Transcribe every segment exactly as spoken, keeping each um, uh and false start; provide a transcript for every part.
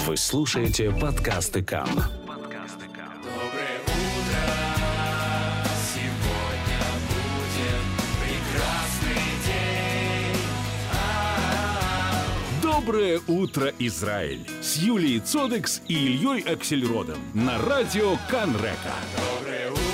Вы слушаете подкасты КАМ. Доброе утро, сегодня будет прекрасный день. А-а-а. Доброе утро, Израиль! С Юлией Цодекс и Ильей Аксельродом на радио Канрека. Доброе утро.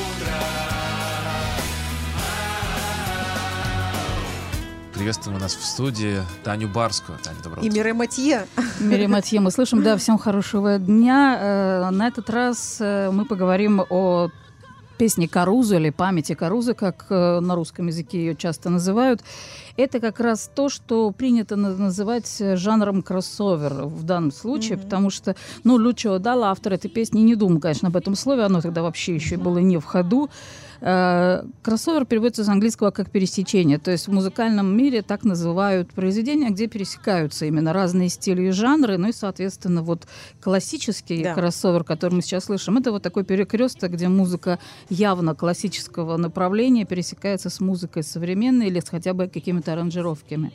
Приветствуем у нас в студии Таню Барскую. Таня, доброе утро. И Мирей Матье. Мирей Матье мы слышим. Да, всем хорошего дня. На этот раз мы поговорим о песне Карузо или памяти Карузо, как на русском языке ее часто называют. Это как раз то, что принято называть жанром кроссовер в данном случае, mm-hmm. потому что, ну, Лучо Далла, автор этой песни, не думал, конечно, об этом слове, оно тогда вообще еще было не в ходу. Кроссовер переводится с английского как пересечение, то есть в музыкальном мире так называют произведения, где пересекаются именно разные стили и жанры, ну и, соответственно, вот классический да. кроссовер, который мы сейчас слышим, это вот такой перекресток, где музыка явно классического направления пересекается с музыкой современной или с хотя бы какими-то аранжировками.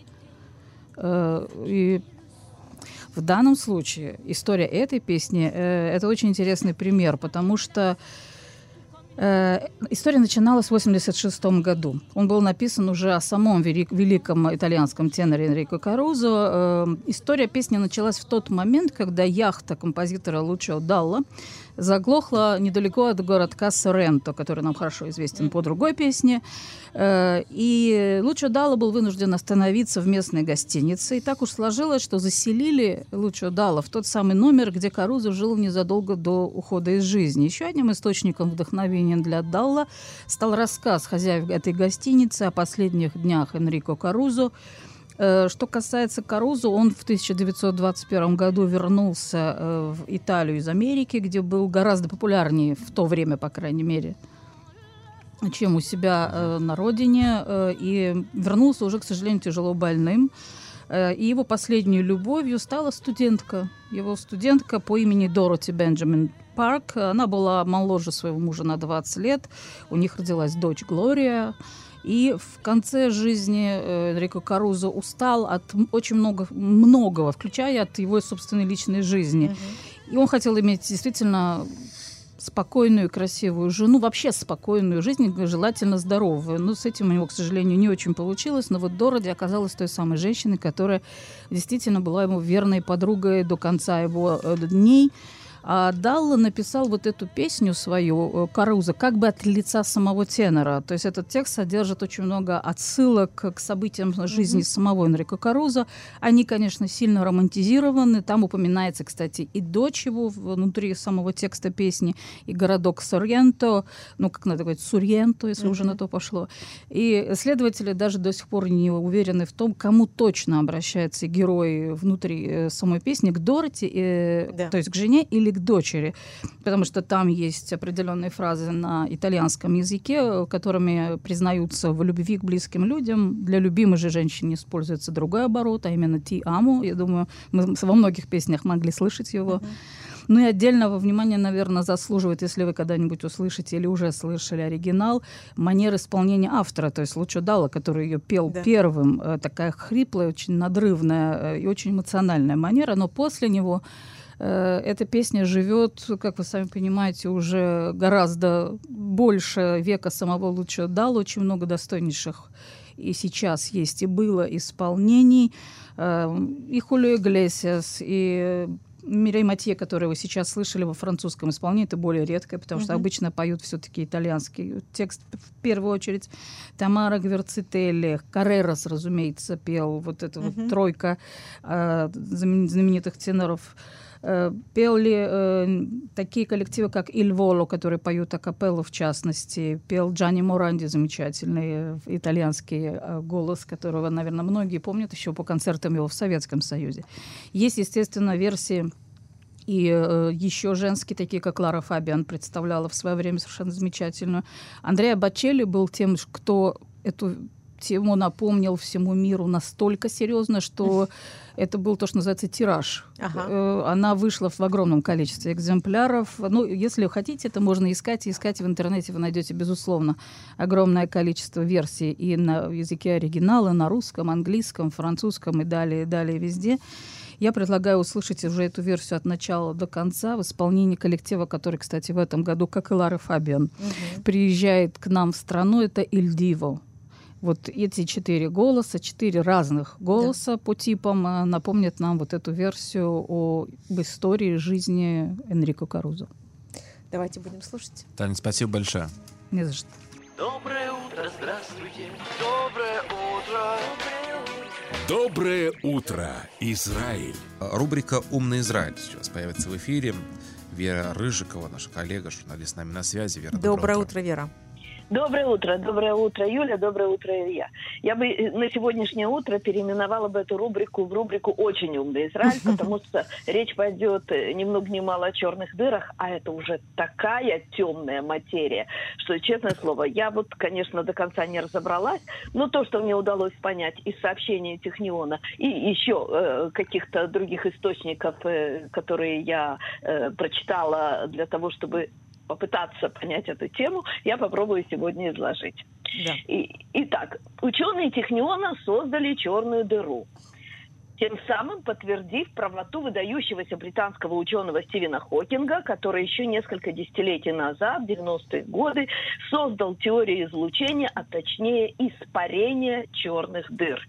И в данном случае история этой песни — это очень интересный пример, потому что история начиналась в восемьдесят шестом году. Он был написан уже о самом велик, великом итальянском теноре Энрико Карузо. История песни началась в тот момент, когда яхта композитора Лучо Далла заглохла недалеко от городка Соренто, который нам хорошо известен по другой песне. И Лучо Далла был вынужден остановиться в местной гостинице. И так уж сложилось, что заселили Лучо Далла в тот самый номер, где Карузо жил незадолго до ухода из жизни. Еще одним источником вдохновения для Далла стал рассказ хозяев этой гостиницы о последних днях Энрико Карузо. Что касается Карузо, он в тысяча девятьсот двадцать первом году вернулся в Италию из Америки, где был гораздо популярнее, в то время, по крайней мере, чем у себя на родине, и вернулся уже, к сожалению, тяжело больным. И его последней любовью стала студентка. Его студентка по имени Дороти Бенджамин Парк. Она была моложе своего мужа на двадцать лет. У них родилась дочь Глория. И в конце жизни Энрико Карузо устал от очень много, многого, включая от его собственной личной жизни. Uh-huh. И он хотел иметь действительно спокойную, красивую жену, вообще спокойную жизнь, желательно здоровую. Но с этим у него, к сожалению, не очень получилось. Но вот Дороти оказалась той самой женщиной, которая действительно была ему верной подругой до конца его дней. А Далла написал вот эту песню свою, Карузо, как бы от лица самого тенора. То есть этот текст содержит очень много отсылок к событиям жизни mm-hmm. самого Энрико Карузо. Они, конечно, сильно романтизированы. Там упоминается, кстати, и дочь его внутри самого текста песни, и городок Соренто, ну, как надо говорить, Сурьенто, если mm-hmm. уже на то пошло. И следователи даже до сих пор не уверены в том, кому точно обращается герой внутри самой песни, к Дороти, э, да. то есть к жене, или к дочери, потому что там есть определенные фразы на итальянском языке, которыми признаются в любви к близким людям. Для любимой же женщины используется другой оборот, а именно «ти амо». Я думаю, мы во многих песнях могли слышать его. Uh-huh. Ну и отдельного внимания, наверное, заслуживает, если вы когда-нибудь услышите или уже слышали оригинал, манера исполнения автора, то есть Лучо Далла, который ее пел да. первым. Такая хриплая, очень надрывная и очень эмоциональная манера, но после него эта песня живет, как вы сами понимаете, уже гораздо больше века самого Лучо Далла, очень много достойнейших и сейчас есть, и было исполнений. И Хулио Иглесиас, и Мирей Матье, которую вы сейчас слышали во французском исполнении, это более редкое, потому mm-hmm. что обычно поют все-таки итальянский текст в первую очередь. Тамара Гверцителли, Каррерас, разумеется, пел, вот эта mm-hmm. вот тройка э, знаменитых теноров. Пели э, такие коллективы, как «Иль Воло», которые поют акапеллу, в частности. Пел Джанни Моранди, замечательный итальянский э, голос, которого, наверное, многие помнят еще по концертам его в Советском Союзе. Есть, естественно, версии и э, еще женские, такие как Лара Фабиан представляла в свое время совершенно замечательную. Андреа Бочелли был тем, кто эту тему напомнил всему миру настолько серьезно, что это был то, что называется тираж. Ага. Она вышла в огромном количестве экземпляров. Ну, если хотите, это можно искать и искать в интернете. Вы найдете, безусловно, огромное количество версий и на языке оригинала, на русском, английском, французском и далее, и далее везде. Я предлагаю услышать уже эту версию от начала до конца в исполнении коллектива, который, кстати, в этом году, как и Лара Фабиан, угу. приезжает к нам в страну. Это Il Divo. Вот эти четыре голоса, четыре разных голоса да. по типам напомнят нам вот эту версию о об истории жизни Энрико Карузо. Давайте будем слушать. Таня, спасибо большое. Не за что. Доброе утро, здравствуйте. Доброе утро. Доброе утро, Израиль. Рубрика «Умный Израиль» сейчас появится в эфире. Вера Рыжикова, наша коллега, журналист с нами на связи. Вера, доброе, доброе утро. утро, Вера. Доброе утро, доброе утро, Юля, доброе утро, Илья. Я бы на сегодняшнее утро переименовала бы эту рубрику в рубрику «Очень умный Израиль», потому что речь пойдет ни много ни мало о черных дырах, а это уже такая темная материя, что, честное слово, я вот, конечно, до конца не разобралась, но то, что мне удалось понять из сообщений Техниона и еще э, каких-то других источников, э, которые я э, прочитала для того, чтобы попытаться понять эту тему, я попробую сегодня изложить. Да. И, итак, ученые Техниона создали черную дыру, тем самым подтвердив правоту выдающегося британского ученого Стивена Хокинга, который еще несколько десятилетий назад, в девяностые годы, создал теорию излучения, а точнее испарения черных дыр.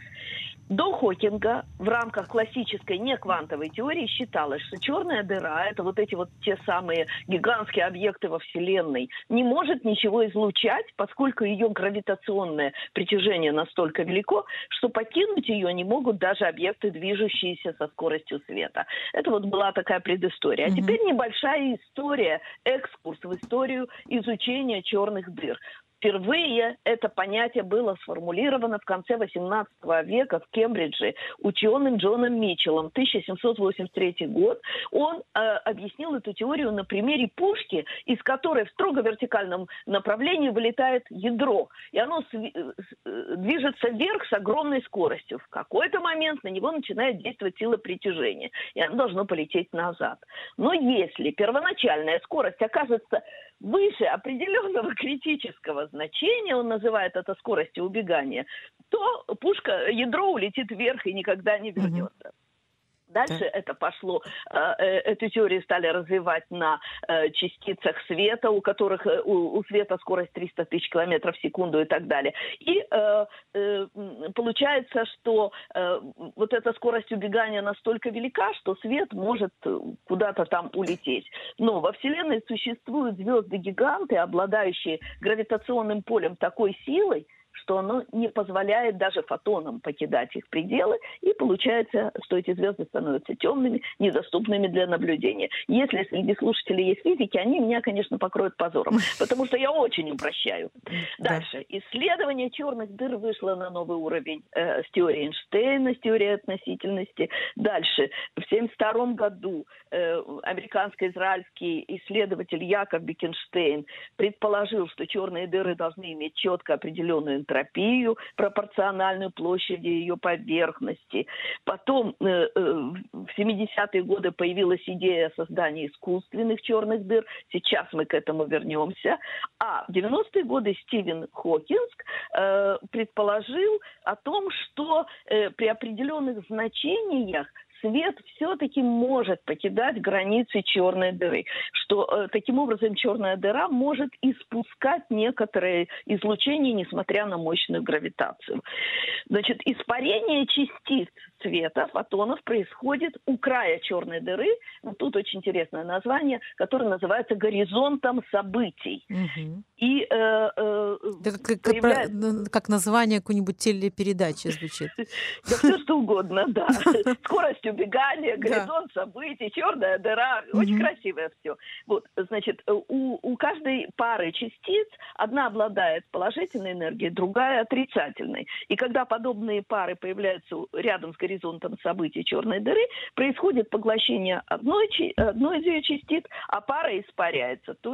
До Хокинга в рамках классической неквантовой теории считалось, что черная дыра, это вот эти вот те самые гигантские объекты во Вселенной, не может ничего излучать, поскольку ее гравитационное притяжение настолько велико, что покинуть ее не могут даже объекты, движущиеся со скоростью света. Это вот была такая предыстория. А теперь небольшая история, экскурс в историю изучения черных дыр. Впервые это понятие было сформулировано в конце восемнадцатого века в Кембридже ученым Джоном Митчеллом, тысяча семьсот восемьдесят третий год. Он э, объяснил эту теорию на примере пушки, из которой в строго вертикальном направлении вылетает ядро. И оно сви- э, движется вверх с огромной скоростью. В какой-то момент на него начинает действовать сила притяжения, и оно должно полететь назад. Но если первоначальная скорость окажется выше определенного критического значения, он называет это скоростью убегания, то пушка, ядро улетит вверх и никогда не вернется. Mm-hmm. Дальше да. это пошло, э, эту теорию стали развивать на э, частицах света, у которых э, у, у света скорость триста тысяч километров в секунду и так далее. И э, э, получается, что э, вот эта скорость убегания настолько велика, что свет может куда-то там улететь. Но во Вселенной существуют звезды-гиганты, обладающие гравитационным полем такой силой, что оно не позволяет даже фотонам покидать их пределы, и получается, что эти звезды становятся темными, недоступными для наблюдения. Если среди слушателей есть физики, они меня, конечно, покроют позором, потому что я очень упрощаю. Дальше. Исследование черных дыр вышло на новый уровень э, с теорией Эйнштейна, с теорией относительности. Дальше. В семьдесят втором году э, американско-израильский исследователь Яков Бекенштейн предположил, что черные дыры должны иметь четко определенную энтропию, пропорциональную площади ее поверхности. Потом э, э, в семидесятые годы появилась идея создания искусственных черных дыр. Сейчас мы к этому вернемся. А в девяностые годы Стивен Хокинг э, предположил о том, что э, при определенных значениях свет все-таки может покидать границы черной дыры, что э, таким образом черная дыра может испускать некоторые излучения, несмотря на мощную гравитацию. Значит, испарение частиц света, фотонов, происходит у края черной дыры. Вот тут очень интересное название, которое называется горизонтом событий. Угу. И э, э, это как, появляется... как название какой-нибудь телепередачи звучит. Да все что угодно, да. Скорость убегания, горизонт событий, черная дыра. Очень красивое все. Вот, значит, у, у каждой пары частиц одна обладает положительной энергией, другая отрицательной. И когда подобные пары появляются рядом с горизонтом событий черной дыры, происходит поглощение одной, одной из ее частиц, а пара испаряется. То есть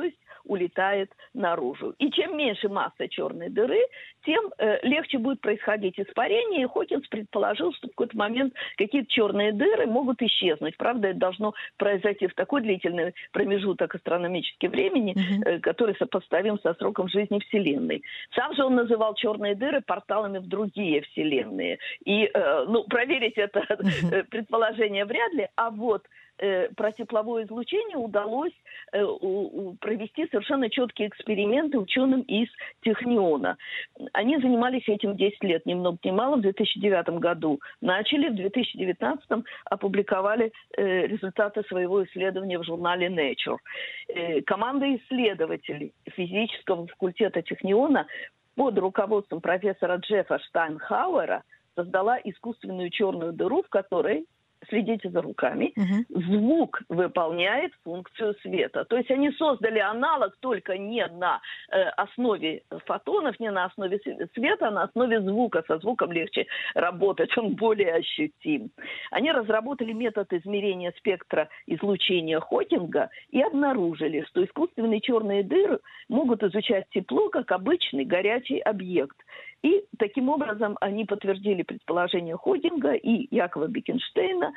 улетает наружу. И чем меньше масса черной дыры, тем э, легче будет происходить испарение. И Хокинс предположил, что в какой-то момент какие-то черные дыры могут исчезнуть. Правда, это должно произойти в такой длительный промежуток астрономического времени, mm-hmm. э, который сопоставим со сроком жизни Вселенной. Сам же он называл черные дыры порталами в другие вселенные. И, э, ну, проверить это mm-hmm. предположение вряд ли, а вот э, про тепловое излучение удалось э, у, у, провести совершенно четкие эксперименты ученым из Техниона. Они занимались этим десять лет, ни много ни мало. В две тысячи девятом году начали, в две тысячи девятнадцатом опубликовали э, результаты своего исследования в журнале Nature. Э, команда исследователей физического факультета Техниона под руководством профессора Джеффа Штайнхауэра создала искусственную черную дыру, в которой, следите за руками, угу. звук выполняет функцию света. То есть они создали аналог только не на э, основе фотонов, не на основе света, а на основе звука. Со звуком легче работать, он более ощутим. Они разработали метод измерения спектра излучения Хокинга и обнаружили, что искусственные черные дыры могут изучать тепло как обычный горячий объект. И таким образом они подтвердили предположение Хокинга и Якова Бекенштейна.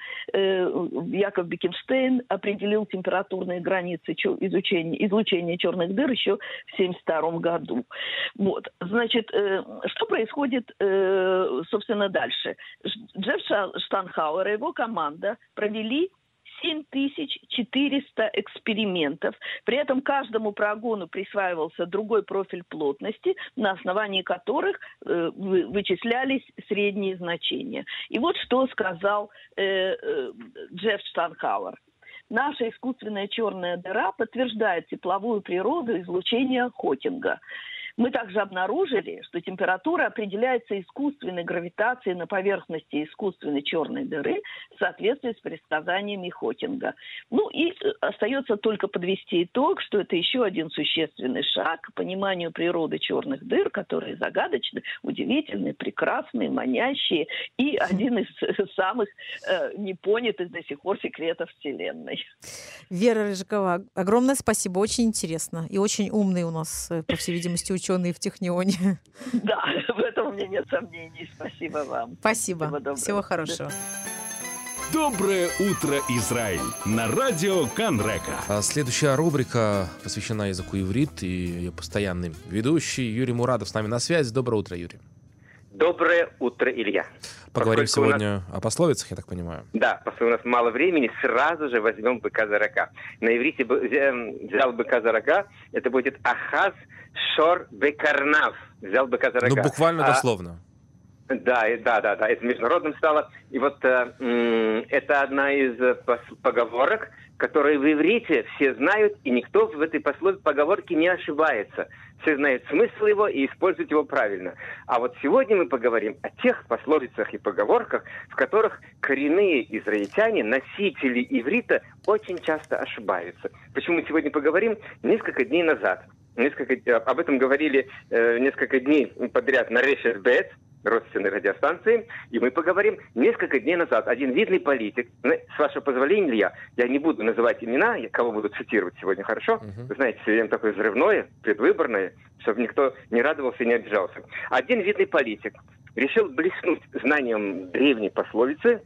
Яков Бекенштейн определил температурные границы изучения, излучения черных дыр еще в тысяча девятьсот семьдесят втором году. Вот. Значит, что происходит, собственно, дальше? Джефф Штайнхауэр и его команда провели семь тысяч четыреста экспериментов. При этом каждому прогону присваивался другой профиль плотности, на основании которых э, вычислялись средние значения. И вот что сказал э, э, Джефф Штайнхауэр. Наша искусственная черная дыра подтверждает тепловую природу излучения Хокинга. Мы также обнаружили, что температура определяется искусственной гравитацией на поверхности искусственной черной дыры в соответствии с предсказаниями Хокинга. Ну и остается только подвести итог, что это еще один существенный шаг к пониманию природы черных дыр, которые загадочны, удивительны, прекрасны, манящие и один из самых э, непонятых до сих пор секретов Вселенной. Вера Рыжикова, огромное спасибо, очень интересно и очень умный у нас, по всей видимости, ученый. Ученые в Технионе. Да, в этом у меня нет сомнений. Спасибо вам. Спасибо. Всего, Всего хорошего. Доброе утро, Израиль! На радио Канрека. Следующая рубрика посвящена языку иврит, и ее постоянный ведущий Юрий Мурадов с нами на связи. Доброе утро, Юрий. Доброе утро, Илья. Поговорим Поскольку сегодня нас... о пословицах, я так понимаю. Да, поскольку у нас мало времени, сразу же возьмем быка за рога. На иврите взял быка за рога, это будет ахаз шор бекарнав. Взял быка за рога. Ну, буквально а, дословно. Да, да, да, да, это международным стало. И вот э, это одна из поговорок, которые в иврите все знают, и никто в этой пословице поговорке не ошибается. Все знают смысл его и используют его правильно. А вот сегодня мы поговорим о тех пословицах и поговорках, в которых коренные израильтяне, носители иврита, очень часто ошибаются. Почему мы сегодня поговорим? Несколько дней назад. Несколько, об этом говорили э, несколько дней подряд на Решет Бет, родственной радиостанции, и мы поговорим несколько дней назад. Один видный политик, с вашего позволения, Илья, я не буду называть имена, я кого буду цитировать сегодня, хорошо? Uh-huh. Вы знаете, все время такое взрывное, предвыборное, чтобы никто не радовался и не обижался. Один видный политик решил блеснуть знанием древней пословицы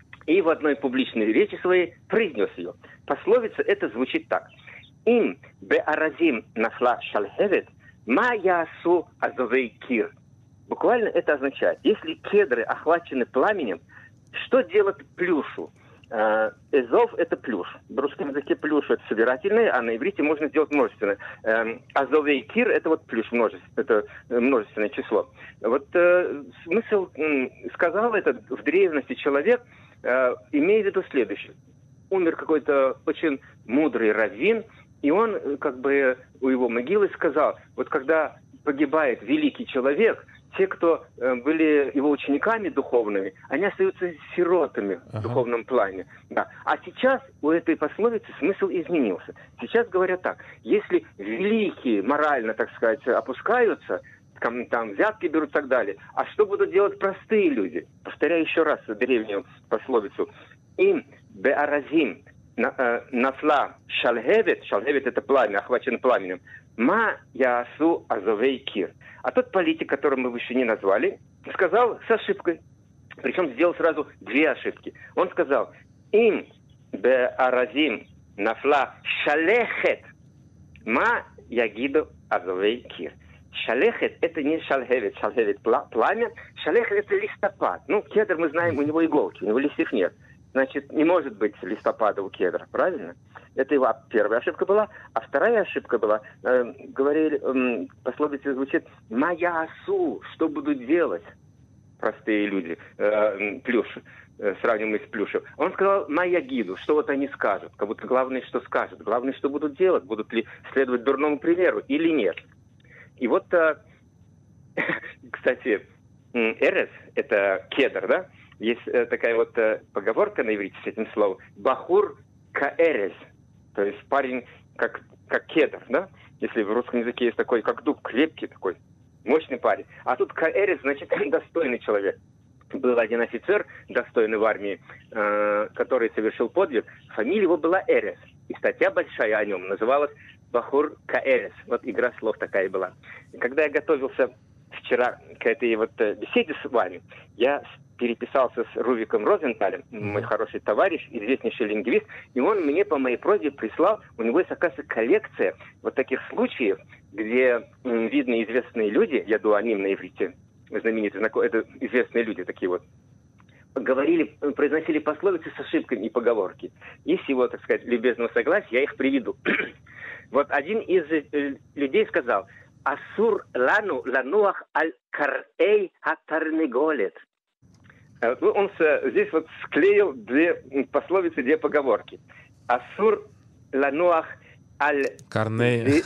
и в одной публичной речи своей произнес ее. Пословица это звучит так. «Им беаразим нафла шальхевет, ма ясу азовей кир». Буквально это означает, если кедры охвачены пламенем, что делать плюшу? Эзов – это плюш. В русском языке плюш – это собирательное, а на иврите можно сделать множественное. Азовей кир – это вот плюш, множественное, это множественное число. Вот э, смысл, э, сказал этот в древности человек, э, имея в виду следующее. Умер какой-то очень мудрый раввин, и он как бы у его могилы сказал, вот когда погибает великий человек, те, кто э, были его учениками духовными, они остаются сиротами ага. в духовном плане. Да. А сейчас у этой пословицы смысл изменился. Сейчас говорят так, если великие морально, так сказать, опускаются, там, там взятки берут и так далее, а что будут делать простые люди? Повторяю еще раз древнюю пословицу. Им беаразим нафла шальгевет, шальгевет это пламя, охвачено пламенем, ма яасу азовей кир. А тот политик, которого мы выше не назвали, сказал с ошибкой, причем сделал сразу две ошибки. Он сказал, им бе аразим нафла шалехет, ма ягиду азовей кир. Шалехет это не шальгевет, шальгевет пламя, шалехет это листопад. Ну, кедр мы знаем, у него иголки, у него листьев нет. Значит, не может быть листопада у кедра, правильно? Это его первая ошибка была. А вторая ошибка была, э, говорили, э, пословица звучит «Моя асу», что будут делать простые люди, э, плюш, э, сравниваемый с плюшем. Он сказал «Моя гиду», что вот они скажут, как будто главное, что скажут, главное, что будут делать, будут ли следовать дурному примеру или нет. И вот, э, кстати, эрес, это кедр, да? Есть э, такая вот э, поговорка на иврите с этим словом. Бахур каэрес. То есть парень как, как кедр, да? Если в русском языке есть такой, как дуб, крепкий такой, мощный парень. А тут каэрес, значит, достойный человек. Был один офицер, достойный в армии, э, который совершил подвиг. Фамилия его была Эрес. И статья большая о нем называлась Бахур каэрес. Вот игра слов такая была. И когда я готовился вчера к этой вот э, беседе с вами, я переписался с Рувиком Розенталем, мой хороший товарищ, известнейший лингвист, и он мне по моей просьбе прислал, у него есть, оказывается, коллекция вот таких случаев, где м, видны известные люди, я думаю, они на иврите знаменитые, это известные люди такие вот, говорили, произносили пословицы с ошибками и поговорки. И с его, так сказать, любезного согласия я их приведу. Вот один из э, людей сказал: «Асур лану лануах аль карэй хатарнеголет». Он здесь вот склеил две пословицы, две поговорки. Асур лануах аль... Карней.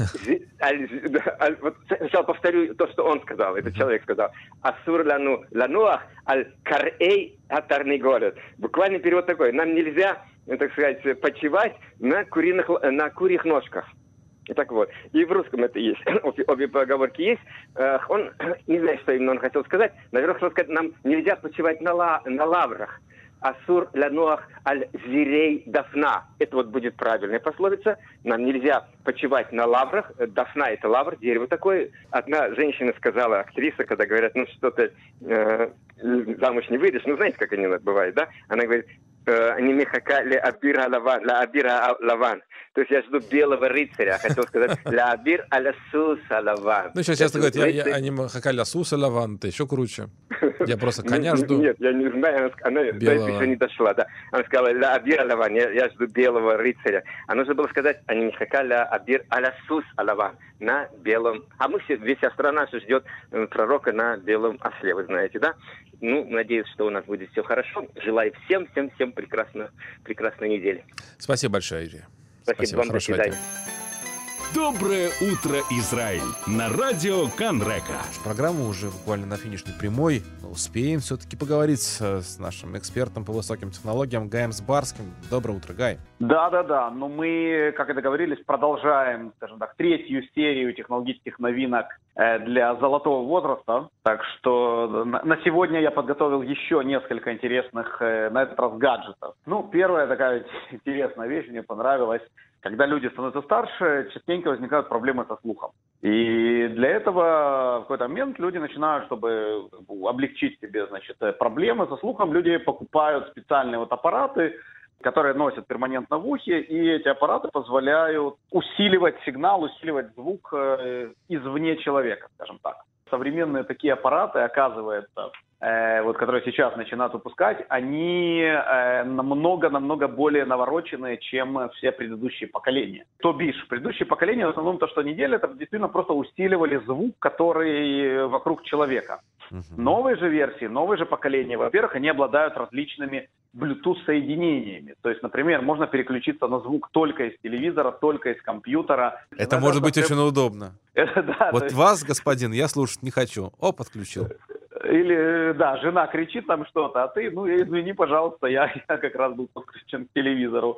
Вот сначала повторю то, что он сказал, этот человек сказал. Асур лану лануах аль карэй хатарнеголет. Буквальный перевод такой: нам нельзя, так сказать, почивать на куриных, на курьих ножках. И так вот. И в русском это есть. Обе, обе поговорки есть. Он, не знаю, что именно он хотел сказать. Наверное, хотел сказать, нам нельзя почивать на, ла, на лаврах. Асур лянуах аль зирей дафна. Это вот будет правильная пословица. Нам нельзя почивать на лаврах. Дафна — это лавр, дерево такое. Одна женщина сказала, актриса, когда говорят, ну что ты э, замуж не выйдешь. Ну, знаете, как они бывают, да? Она говорит, не мехака ля абира лаван, ля абира лаван. То есть я жду белого рыцаря. Хотел сказать ля абир аля суса лаван. Ну, сейчас часто говорят, я, я, они мехака ля суса лаван, это еще круче. Я просто коня жду. Нет, я не знаю, она, она еще не дошла, да. Она сказала ля абир лаван, я, я жду белого рыцаря. А нужно было сказать, а не мехака ля абир аля сус лаван, на белом. А мы все, вся страна ждет пророка на белом осле, вы знаете, да? Ну, надеюсь, что у нас будет все хорошо. Желаю всем, всем, всем прекрасной, прекрасной недели. Спасибо большое, Юрий. Спасибо, Спасибо вам, до свидания. Доброе утро, Израиль! На радио Канрека. Программа уже буквально на финишной прямой. Но успеем все-таки поговорить с, с нашим экспертом по высоким технологиям Гаем Сбарским. Доброе утро, Гай. Да-да-да, но мы, как и договорились, продолжаем, скажем так, третью серию технологических новинок для золотого возраста. Так что на сегодня я подготовил еще несколько интересных, на этот раз, гаджетов. Ну, первая такая интересная вещь, мне понравилась. Когда люди становятся старше, частенько возникают проблемы со слухом. И для этого в какой-то момент люди начинают, чтобы облегчить себе, значит, проблемы со слухом, люди покупают специальные вот аппараты, которые носят перманентно в ухе, и эти аппараты позволяют усиливать сигнал, усиливать звук извне человека, скажем так. Современные такие аппараты, оказывается, э, вот, которые сейчас начинают выпускать, они э, намного-намного более навороченные, чем все предыдущие поколения. То бишь, предыдущие поколения, в основном то, что они делали, это действительно просто усиливали звук, который вокруг человека. Uh-huh. Новые же версии, новые же поколения, во-первых, они обладают различными Bluetooth-соединениями. То есть, например, можно переключиться на звук только из телевизора, только из компьютера. Это может быть очень удобно. Да, вот есть... вас, господин, я слушать не хочу. О, подключил. Или, да, жена кричит там что-то, а ты, ну, извини, пожалуйста, я, я как раз был подключен к телевизору.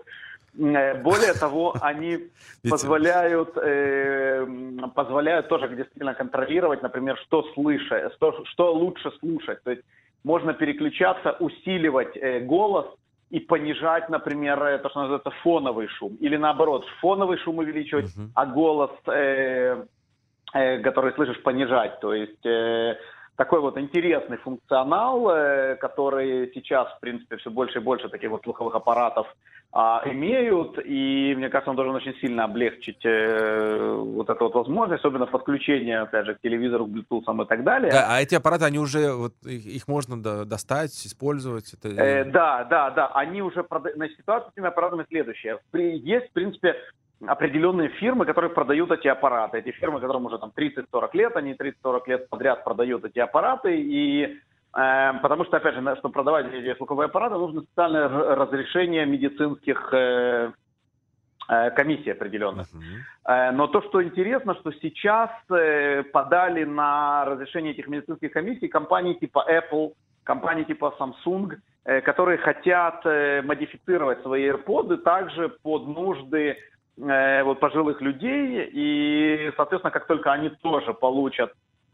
Более того, они позволяют, э, позволяют тоже действительно контролировать, например, что слышать, что, что лучше слушать. То есть можно переключаться, усиливать э, голос и понижать, например, то, что называется фоновый шум. Или наоборот, фоновый шум увеличивать, uh-huh. а голос, э, э, который слышишь, понижать. То есть э, такой вот интересный функционал, э, который сейчас, в принципе, все больше и больше таких вот слуховых аппаратов а, имеют. И мне кажется, он должен очень сильно облегчить э, вот эту вот возможность, особенно подключение, опять же, к телевизору, к Bluetooth и так далее. Да, а эти аппараты, они уже, вот, их, их можно до, достать, использовать? Это... Э, да, да, да. Они уже продают. Значит, ситуация с этими аппаратами следующая. При... Есть, в принципе, определенные фирмы, которые продают эти аппараты. Эти фирмы, которым уже там тридцать-сорок лет, они тридцать-сорок лет подряд продают эти аппараты. И э, потому что, опять же, чтобы продавать эти слуховые аппараты, нужно специальное разрешение медицинских э, э, комиссий определенных. Uh-huh. Э, но то, что интересно, что сейчас э, подали на разрешение этих медицинских комиссий компании типа Apple, компании типа Samsung, э, которые хотят э, модифицировать свои AirPods также под нужды вот, пожилых людей, и, соответственно, как только они тоже получат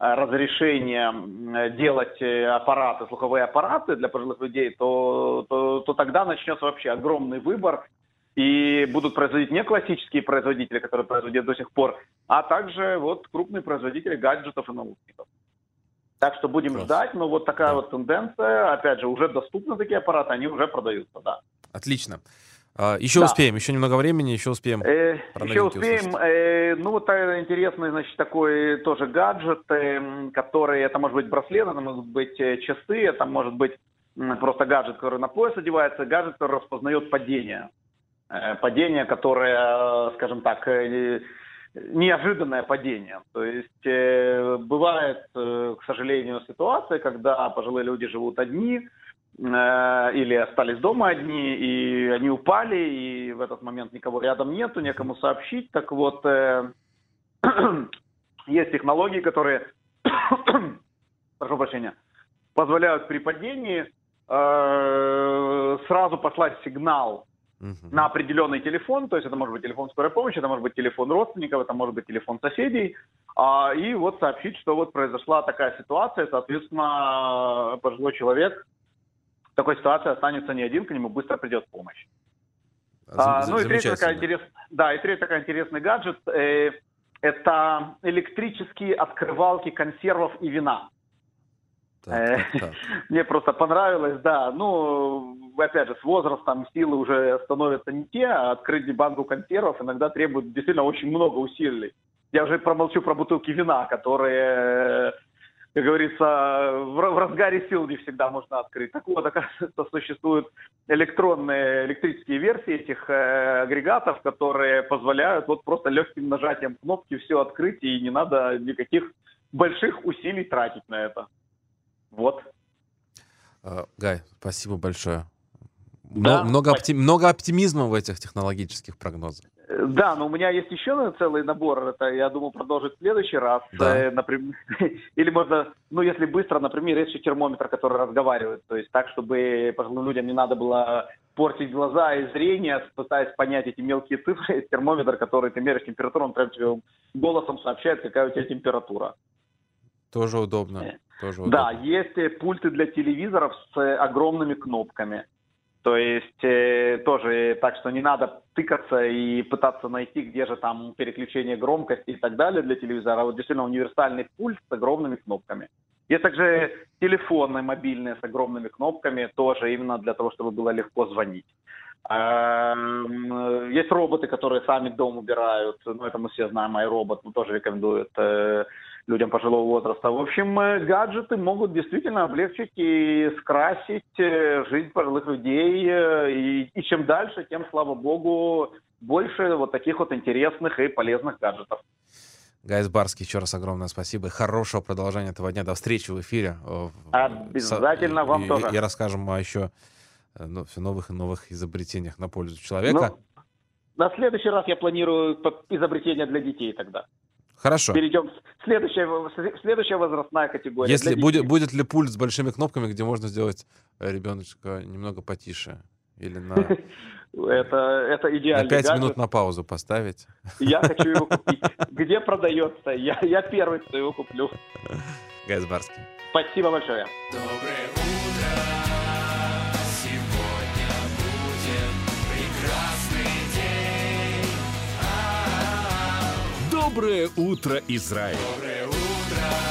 разрешение делать аппараты, слуховые аппараты для пожилых людей, то, то, то тогда начнется вообще огромный выбор, и будут производить не классические производители, которые производят до сих пор, а также вот крупные производители гаджетов и наушников. Так что будем Класс. ждать, но вот такая да. вот тенденция, опять же, уже доступны такие аппараты, они уже продаются, да. Отлично. Еще да. успеем, еще немного времени, еще успеем. Э, еще успеем. Э, ну, вот интересный, значит, такой тоже гаджет, э, который, это может быть браслет, это может быть часы, это может быть просто гаджет, который на пояс одевается, гаджет, который распознает падение. Э, падение, которое, скажем так, э, неожиданное падение. То есть э, бывает, э, к сожалению, ситуация, когда пожилые люди живут одни, или остались дома одни, и они упали, и в этот момент никого рядом нету, некому сообщить. Так вот, э, есть технологии, которые, прошу прощения, позволяют при падении э, сразу послать сигнал uh-huh. на определенный телефон, то есть это может быть телефон скорой помощи, это может быть телефон родственников, это может быть телефон соседей, э, и вот сообщить, что вот произошла такая ситуация, соответственно, пожилой человек в такой ситуации останется не один, к нему быстро придет помощь. А, ну и третий такой, интерес... да, и третий такой интересный гаджет э, – это электрические открывалки консервов и вина. Так, э, так, так. Мне просто понравилось, да. Ну, опять же, с возрастом силы уже становятся не те, а открыть банку консервов иногда требует действительно очень много усилий. Я уже промолчу про бутылки вина, которые... как говорится, в разгаре сил не всегда можно открыть. Так вот, оказывается, существуют электронные, электрические версии этих э, агрегатов, которые позволяют вот просто легким нажатием кнопки все открыть, и не надо никаких больших усилий тратить на это. Вот. Uh, Гай, спасибо большое. Да, много, опти- много оптимизма в этих технологических прогнозах. Да, но у меня есть еще целый набор, это, я думаю, продолжить в следующий раз. Да. Э, например, или можно, ну, если быстро, например, есть еще термометр, который разговаривает, то есть так, чтобы пожилым людям не надо было портить глаза и зрение, пытаясь понять эти мелкие цифры. Есть термометр, который ты меряешь температуру, он прям тебе голосом сообщает, какая у тебя температура. Тоже удобно. Тоже да, удобно. есть пульты для телевизоров с огромными кнопками. То есть э, тоже так, что не надо тыкаться и пытаться найти, где же там переключение громкости и так далее для телевизора. А вот действительно универсальный пульт с огромными кнопками. Есть также телефоны мобильные с огромными кнопками, тоже именно для того, чтобы было легко звонить. Есть роботы, которые сами дом убирают. Ну, это мы все знаем, iRobot, но тоже рекомендуют э, людям пожилого возраста. В общем, гаджеты могут действительно облегчить и скрасить жизнь пожилых людей. И, и чем дальше, тем, слава богу, больше вот таких вот интересных и полезных гаджетов. Гай Сбарский, еще раз огромное спасибо. И хорошего продолжения этого дня. До встречи в эфире. Обязательно вам и, тоже. И, и расскажем о еще ну, новых и новых изобретениях на пользу человека. Ну, на следующий раз я планирую изобретения для детей тогда. Хорошо. Перейдем в следующая, следующая возрастная категория. Если будет, будет ли пульт с большими кнопками, где можно сделать ребеночка немного потише? Или на... Это, это идеально. На пять минут на паузу поставить. Я хочу его купить. Где продается? Я, я первый, кто его куплю. Гай Сбарский. Спасибо большое. Доброе утро. Сегодня будет Доброе утро, Израиль! Доброе утро!